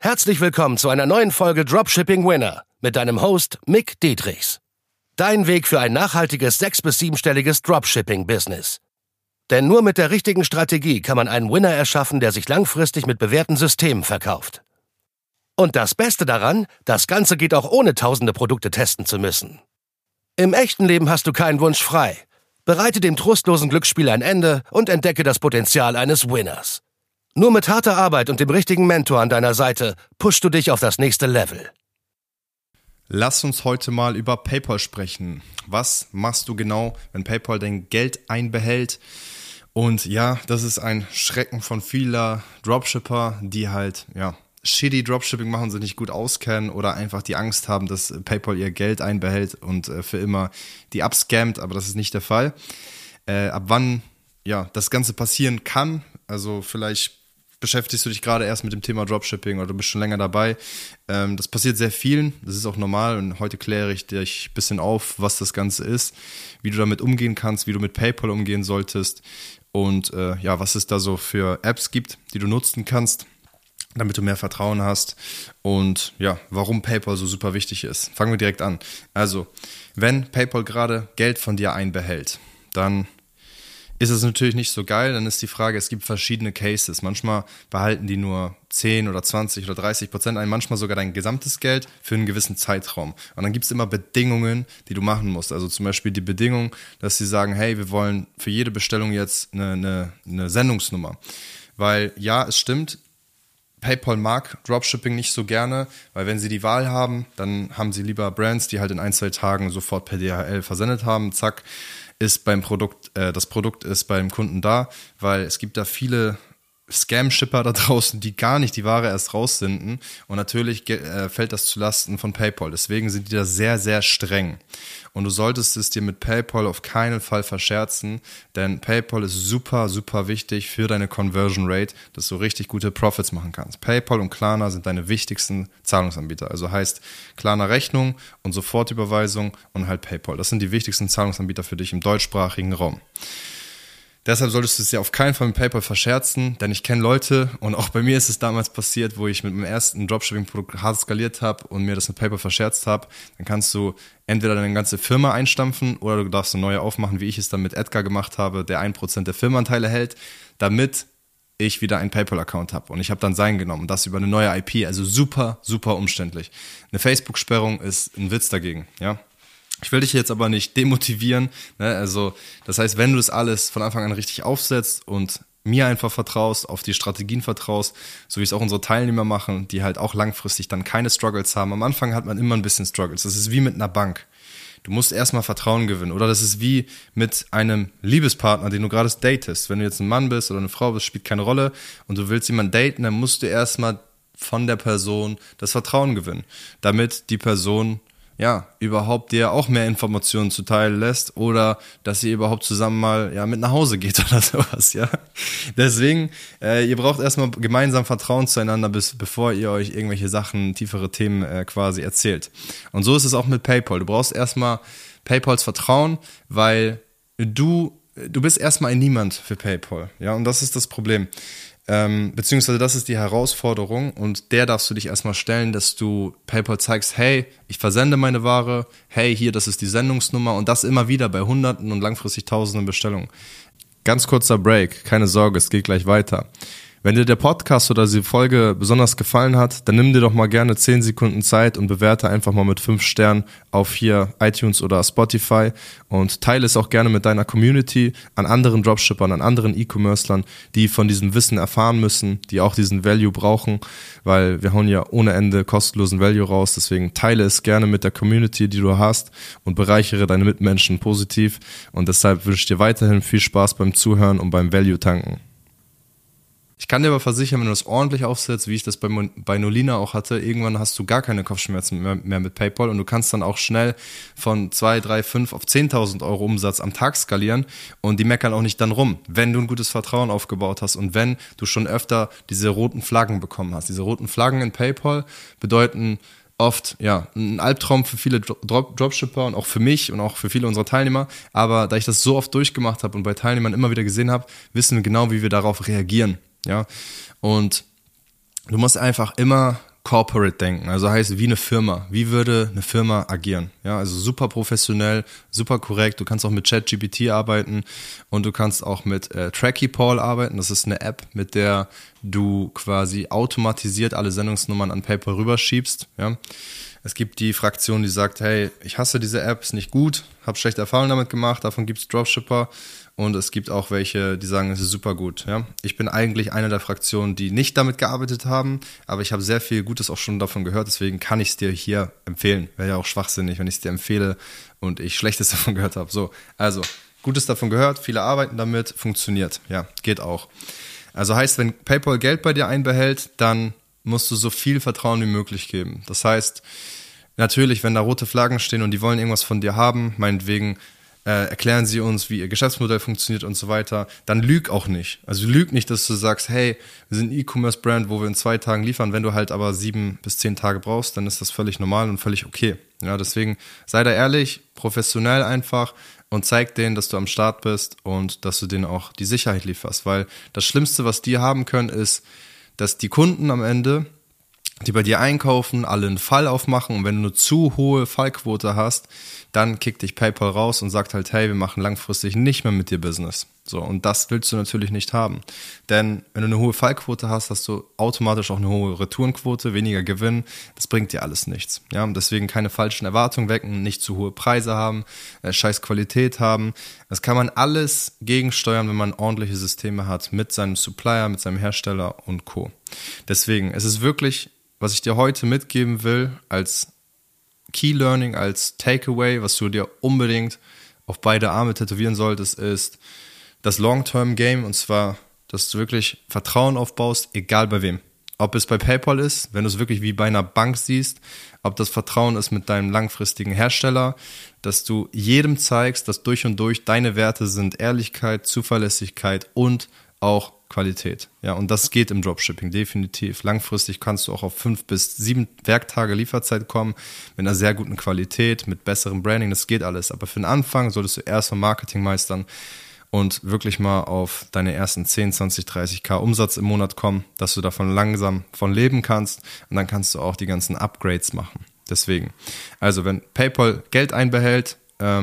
Herzlich willkommen zu einer neuen Folge Dropshipping Winner mit deinem Host Mick Dietrichs. Dein Weg für ein nachhaltiges 6- bis 7-stelliges Dropshipping-Business. Denn nur mit der richtigen Strategie kann man einen Winner erschaffen, der sich langfristig mit bewährten Systemen verkauft. Und das Beste daran, das Ganze geht auch ohne tausende Produkte testen zu müssen. Im echten Leben hast du keinen Wunsch frei. Bereite dem trostlosen Glücksspiel ein Ende und entdecke das Potenzial eines Winners. Nur mit harter Arbeit und dem richtigen Mentor an deiner Seite pushst du dich auf das nächste Level. Lass uns heute mal über PayPal sprechen. Was machst du genau, wenn PayPal dein Geld einbehält? Und ja, das ist ein Schrecken von vieler Dropshipper, die halt, shitty Dropshipping machen, sich nicht gut auskennen oder einfach die Angst haben, dass PayPal ihr Geld einbehält und für immer die abscammt, aber das ist nicht der Fall. Ab wann das Ganze passieren kann, also vielleicht beschäftigst du dich gerade erst mit dem Thema Dropshipping oder du bist schon länger dabei. Das passiert sehr vielen, das ist auch normal und heute kläre ich dich ein bisschen auf, was das Ganze ist, wie du damit umgehen kannst, wie du mit PayPal umgehen solltest und was es da so für Apps gibt, die du nutzen kannst, damit du mehr Vertrauen hast und warum PayPal so super wichtig ist. Fangen wir direkt an. Also, wenn PayPal gerade Geld von dir einbehält, dann ist es natürlich nicht so geil, dann ist die Frage, es gibt verschiedene Cases. Manchmal behalten die nur 10 oder 20 oder 30% ein, manchmal sogar dein gesamtes Geld für einen gewissen Zeitraum. Und dann gibt es immer Bedingungen, die du machen musst. Also zum Beispiel die Bedingung, dass sie sagen, hey, wir wollen für jede Bestellung jetzt eine Sendungsnummer. Weil es stimmt, PayPal mag Dropshipping nicht so gerne, weil wenn sie die Wahl haben, dann haben sie lieber Brands, die halt in 1-2 Tagen sofort per DHL versendet haben, zack, ist beim Produkt, das Produkt ist beim Kunden da, weil es gibt da viele Scam-Shipper da draußen, die gar nicht die Ware erst raussenden und natürlich fällt das zulasten von PayPal. Deswegen sind die da sehr, sehr streng. Und du solltest es dir mit PayPal auf keinen Fall verscherzen, denn PayPal ist super, super wichtig für deine Conversion Rate, dass du richtig gute Profits machen kannst. PayPal und Klarna sind deine wichtigsten Zahlungsanbieter. Also heißt Klarna Rechnung und Sofortüberweisung und halt PayPal. Das sind die wichtigsten Zahlungsanbieter für dich im deutschsprachigen Raum. Deshalb solltest du es dir auf keinen Fall mit PayPal verscherzen, denn ich kenne Leute und auch bei mir ist es damals passiert, wo ich mit meinem ersten Dropshipping-Produkt hart skaliert habe und mir das mit PayPal verscherzt habe. Dann kannst du entweder deine ganze Firma einstampfen oder du darfst eine neue aufmachen, wie ich es dann mit Edgar gemacht habe, der 1% der Firmenanteile hält, damit ich wieder einen PayPal-Account habe. Und ich habe dann seinen genommen und das über eine neue IP, also super, super umständlich. Eine Facebook-Sperrung ist ein Witz dagegen, ja. Ich will dich jetzt aber nicht demotivieren, ne? Also das heißt, wenn du das alles von Anfang an richtig aufsetzt und mir einfach vertraust, auf die Strategien vertraust, so wie es auch unsere Teilnehmer machen, die halt auch langfristig dann keine Struggles haben. Am Anfang hat man immer ein bisschen Struggles. Das ist wie mit einer Bank. Du musst erstmal Vertrauen gewinnen. Oder das ist wie mit einem Liebespartner, den du gerade datest. Wenn du jetzt ein Mann bist oder eine Frau bist, spielt keine Rolle und du willst jemanden daten, dann musst du erstmal von der Person das Vertrauen gewinnen, damit die Person überhaupt dir auch mehr Informationen zuteil lässt oder dass ihr überhaupt zusammen mal mit nach Hause geht oder sowas, ja. Deswegen, ihr braucht erstmal gemeinsam Vertrauen zueinander, bevor ihr euch irgendwelche Sachen, tiefere Themen quasi erzählt. Und so ist es auch mit PayPal. Du brauchst erstmal PayPals Vertrauen, weil du bist erstmal ein Niemand für PayPal, ja, und das ist das Problem. Beziehungsweise das ist die Herausforderung und der darfst du dich erstmal stellen, dass du PayPal zeigst, hey, ich versende meine Ware, hey, hier, das ist die Sendungsnummer und das immer wieder bei Hunderten und langfristig Tausenden Bestellungen. Ganz kurzer Break, keine Sorge, es geht gleich weiter. Wenn dir der Podcast oder die Folge besonders gefallen hat, dann nimm dir doch mal gerne 10 Sekunden Zeit und bewerte einfach mal mit 5 Sternen auf hier iTunes oder Spotify und teile es auch gerne mit deiner Community, an anderen Dropshippern, an anderen E-Commerclern, die von diesem Wissen erfahren müssen, die auch diesen Value brauchen, weil wir hauen ja ohne Ende kostenlosen Value raus, deswegen teile es gerne mit der Community, die du hast und bereichere deine Mitmenschen positiv und deshalb wünsche ich dir weiterhin viel Spaß beim Zuhören und beim Value tanken. Ich kann dir aber versichern, wenn du das ordentlich aufsetzt, wie ich das bei Nolina auch hatte, irgendwann hast du gar keine Kopfschmerzen mehr mit PayPal und du kannst dann auch schnell von 2, 3, 5 auf 10.000 Euro Umsatz am Tag skalieren und die meckern auch nicht dann rum, wenn du ein gutes Vertrauen aufgebaut hast und wenn du schon öfter diese roten Flaggen bekommen hast. Diese roten Flaggen in PayPal bedeuten oft ein Albtraum für viele Dropshipper und auch für mich und auch für viele unserer Teilnehmer, aber da ich das so oft durchgemacht habe und bei Teilnehmern immer wieder gesehen habe, wissen wir genau, wie wir darauf reagieren. Ja, und du musst einfach immer Corporate denken, also heißt wie eine Firma. Wie würde eine Firma agieren? Ja, also super professionell, super korrekt. Du kannst auch mit ChatGPT arbeiten und du kannst auch mit Trackypawl arbeiten. Das ist eine App, mit der du quasi automatisiert alle Sendungsnummern an PayPal rüberschiebst. Ja. Es gibt die Fraktion, die sagt, hey, ich hasse diese App, ist nicht gut, habe schlechte Erfahrungen damit gemacht, davon gibt es Dropshipper. Und es gibt auch welche, die sagen, es ist super gut. Ja? Ich bin eigentlich einer der Fraktionen, die nicht damit gearbeitet haben, aber ich habe sehr viel Gutes auch schon davon gehört, deswegen kann ich es dir hier empfehlen. Wäre ja auch schwachsinnig, wenn ich es dir empfehle und ich Schlechtes davon gehört habe. So, also, Gutes davon gehört, viele arbeiten damit, funktioniert. Ja, geht auch. Also heißt, wenn PayPal Geld bei dir einbehält, dann musst du so viel Vertrauen wie möglich geben. Das heißt, natürlich, wenn da rote Flaggen stehen und die wollen irgendwas von dir haben, meinetwegen erklären sie uns, wie ihr Geschäftsmodell funktioniert und so weiter, dann lüg auch nicht. Also lüg nicht, dass du sagst, hey, wir sind ein E-Commerce-Brand, wo wir in 2 Tagen liefern. Wenn du halt aber 7 bis 10 Tage brauchst, dann ist das völlig normal und völlig okay. Ja, deswegen sei da ehrlich, professionell einfach und zeig denen, dass du am Start bist und dass du denen auch die Sicherheit lieferst. Weil das Schlimmste, was die haben können, ist, dass die Kunden am Ende, die bei dir einkaufen, alle einen Fall aufmachen und wenn du eine zu hohe Fallquote hast, dann kickt dich PayPal raus und sagt halt, hey, wir machen langfristig nicht mehr mit dir Business. So, und das willst du natürlich nicht haben. Denn wenn du eine hohe Fallquote hast, hast du automatisch auch eine hohe Retourenquote, weniger Gewinn. Das bringt dir alles nichts. Ja, und deswegen keine falschen Erwartungen wecken, nicht zu hohe Preise haben, scheiß Qualität haben. Das kann man alles gegensteuern, wenn man ordentliche Systeme hat mit seinem Supplier, mit seinem Hersteller und Co. Deswegen, es ist wirklich, was ich dir heute mitgeben will, als Key Learning, als Takeaway, was du dir unbedingt auf beide Arme tätowieren solltest, ist das Long-Term-Game, und zwar, dass du wirklich Vertrauen aufbaust, egal bei wem. Ob es bei PayPal ist, wenn du es wirklich wie bei einer Bank siehst, ob das Vertrauen ist mit deinem langfristigen Hersteller, dass du jedem zeigst, dass durch und durch deine Werte sind Ehrlichkeit, Zuverlässigkeit und auch Qualität. Ja, und das geht im Dropshipping definitiv. Langfristig kannst du auch auf 5 bis 7 Werktage Lieferzeit kommen, mit einer sehr guten Qualität, mit besserem Branding, das geht alles. Aber für den Anfang solltest du erstmal Marketing meistern und wirklich mal auf deine ersten 10, 20, 30k Umsatz im Monat kommen, dass du davon langsam von leben kannst und dann kannst du auch die ganzen Upgrades machen. Deswegen, also wenn PayPal Geld einbehält,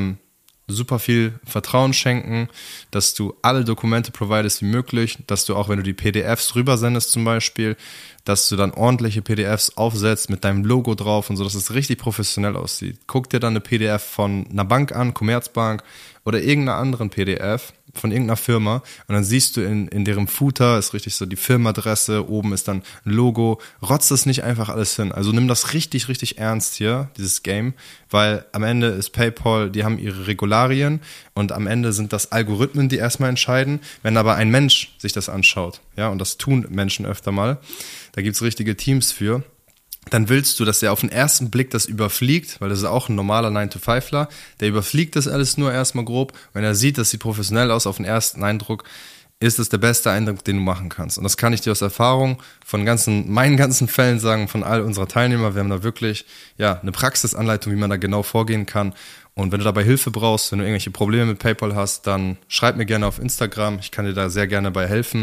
super viel Vertrauen schenken, dass du alle Dokumente providest wie möglich, dass du auch, wenn du die PDFs rübersendest zum Beispiel, dass du dann ordentliche PDFs aufsetzt mit deinem Logo drauf und so, dass es richtig professionell aussieht. Guck dir dann eine PDF von einer Bank an, Commerzbank oder irgendeiner anderen PDF von irgendeiner Firma und dann siehst du in deren Footer ist richtig so die Firmenadresse, oben ist dann ein Logo, rotzt das nicht einfach alles hin. Also nimm das richtig, richtig ernst hier, dieses Game, weil am Ende ist PayPal, die haben ihre Regularien und am Ende sind das Algorithmen, die erstmal entscheiden. Wenn aber ein Mensch sich das anschaut, ja, und das tun Menschen öfter mal, da gibt's richtige Teams für, dann willst du, dass er auf den ersten Blick das überfliegt, weil das ist auch ein normaler 9-to-5ler, der überfliegt das alles nur erstmal grob. Wenn er sieht, das sieht professionell aus auf den ersten Eindruck, ist es der beste Eindruck, den du machen kannst. Und das kann ich dir aus Erfahrung von meinen ganzen Fällen sagen, von all unserer Teilnehmer. Wir haben da wirklich eine Praxisanleitung, wie man da genau vorgehen kann. Und wenn du dabei Hilfe brauchst, wenn du irgendwelche Probleme mit PayPal hast, dann schreib mir gerne auf Instagram. Ich kann dir da sehr gerne bei helfen.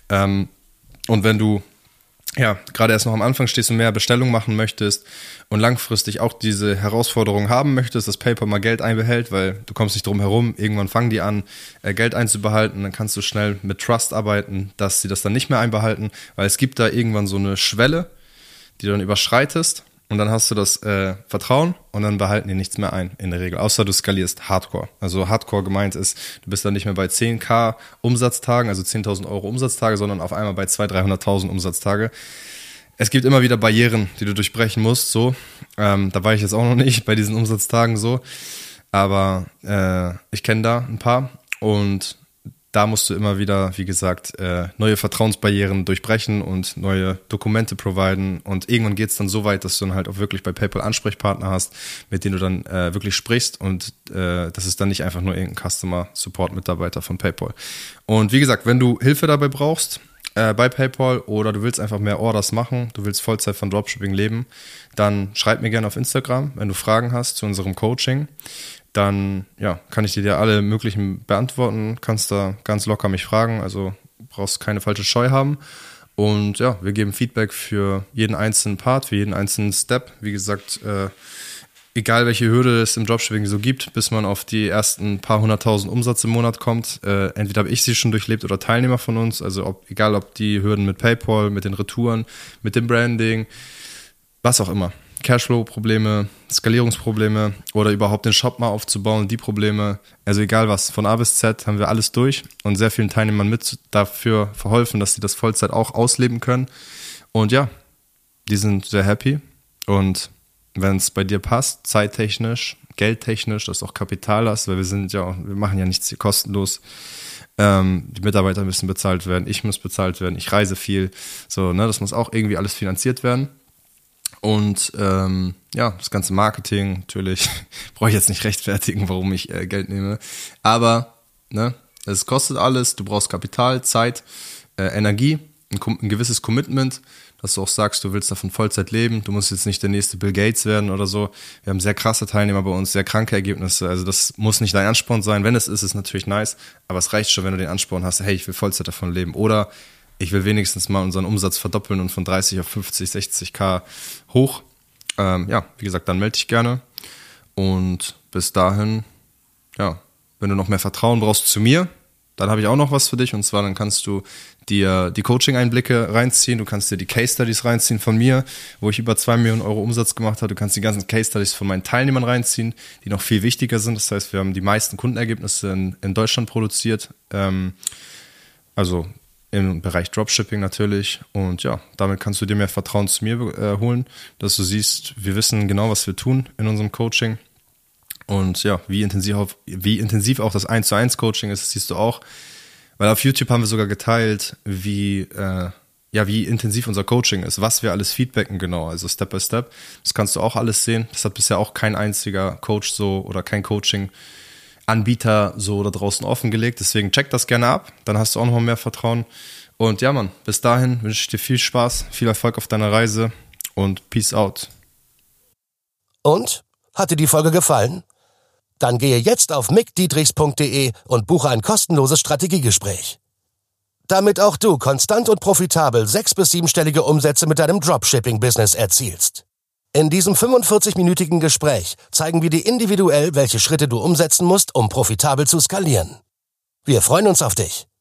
Und wenn du gerade erst noch am Anfang stehst und mehr Bestellungen machen möchtest und langfristig auch diese Herausforderung haben möchtest, dass PayPal mal Geld einbehält, weil du kommst nicht drum herum, irgendwann fangen die an, Geld einzubehalten, dann kannst du schnell mit Trust arbeiten, dass sie das dann nicht mehr einbehalten, weil es gibt da irgendwann so eine Schwelle, die du dann überschreitest und dann hast du das Vertrauen und dann behalten die nichts mehr ein, in der Regel, außer du skalierst Hardcore. Also Hardcore gemeint ist, du bist dann nicht mehr bei 10.000 Umsatztagen, also 10.000 Euro Umsatztage, sondern auf einmal bei 200.000, 300.000 Umsatztage. Es gibt immer wieder Barrieren, die du durchbrechen musst, so. Da war ich jetzt auch noch nicht bei diesen Umsatztagen so, aber ich kenne da ein paar und da musst du immer wieder, wie gesagt, neue Vertrauensbarrieren durchbrechen und neue Dokumente providen. Und irgendwann geht es dann so weit, dass du dann halt auch wirklich bei PayPal Ansprechpartner hast, mit denen du dann wirklich sprichst. Und das ist dann nicht einfach nur irgendein Customer-Support-Mitarbeiter von PayPal. Und wie gesagt, wenn du Hilfe dabei brauchst, bei PayPal oder du willst einfach mehr Orders machen, du willst Vollzeit von Dropshipping leben, dann schreib mir gerne auf Instagram, wenn du Fragen hast zu unserem Coaching. Dann kann ich dir alle möglichen beantworten, kannst da ganz locker mich fragen, also brauchst keine falsche Scheu haben. Und ja, wir geben Feedback für jeden einzelnen Part, für jeden einzelnen Step. Wie gesagt, egal welche Hürde es im Dropshipping so gibt, bis man auf die ersten paar 100.000 Umsatz im Monat kommt. Entweder habe ich sie schon durchlebt oder Teilnehmer von uns. Also egal ob die Hürden mit PayPal, mit den Retouren, mit dem Branding, was auch immer. Cashflow-Probleme, Skalierungsprobleme oder überhaupt den Shop mal aufzubauen, die Probleme, also egal was, von A bis Z haben wir alles durch und sehr vielen Teilnehmern mit dafür verholfen, dass sie das Vollzeit auch ausleben können. Und ja, die sind sehr happy und wenn es bei dir passt, zeittechnisch, geldtechnisch, dass du auch Kapital hast, weil wir machen ja nichts hier kostenlos. Die Mitarbeiter müssen bezahlt werden, ich muss bezahlt werden, ich reise viel, so, ne, das muss auch irgendwie alles finanziert werden. Und das ganze Marketing, natürlich, brauche ich jetzt nicht rechtfertigen, warum ich Geld nehme. Aber ne, es kostet alles, du brauchst Kapital, Zeit, Energie, ein gewisses Commitment, dass du auch sagst, du willst davon Vollzeit leben. Du musst jetzt nicht der nächste Bill Gates werden oder so. Wir haben sehr krasse Teilnehmer bei uns, sehr kranke Ergebnisse. Also das muss nicht dein Ansporn sein. Wenn es ist, ist es natürlich nice. Aber es reicht schon, wenn du den Ansporn hast, hey, ich will Vollzeit davon leben. Oder ich will wenigstens mal unseren Umsatz verdoppeln und von 30 auf 50, 60k hoch. Wie gesagt, dann melde dich gerne. Und bis dahin, ja, wenn du noch mehr Vertrauen brauchst zu mir, dann habe ich auch noch was für dich. Und zwar, dann kannst du dir die Coaching-Einblicke reinziehen. Du kannst dir die Case-Studies reinziehen von mir, wo ich über 2 Millionen Euro Umsatz gemacht habe. Du kannst die ganzen Case-Studies von meinen Teilnehmern reinziehen, die noch viel wichtiger sind. Das heißt, wir haben die meisten Kundenergebnisse in Deutschland produziert. Also im Bereich Dropshipping natürlich. Und ja, damit kannst du dir mehr Vertrauen zu mir holen, dass du siehst, wir wissen genau, was wir tun in unserem Coaching. Und ja, wie intensiv auch das 1:1 Coaching ist, das siehst du auch. Weil auf YouTube haben wir sogar geteilt, wie intensiv unser Coaching ist, was wir alles feedbacken genau, also Step by Step. Das kannst du auch alles sehen. Das hat bisher auch kein einziger Coach so oder kein Coaching-Anbieter so da draußen offengelegt. Deswegen check das gerne ab, dann hast du auch noch mal mehr Vertrauen. Und ja, Mann, bis dahin wünsche ich dir viel Spaß, viel Erfolg auf deiner Reise und Peace out. Und? Hat dir die Folge gefallen? Dann gehe jetzt auf mickdietrichs.de und buche ein kostenloses Strategiegespräch. Damit auch du konstant und profitabel 6- bis 7-stellige Umsätze mit deinem Dropshipping-Business erzielst. In diesem 45-minütigen Gespräch zeigen wir dir individuell, welche Schritte du umsetzen musst, um profitabel zu skalieren. Wir freuen uns auf dich.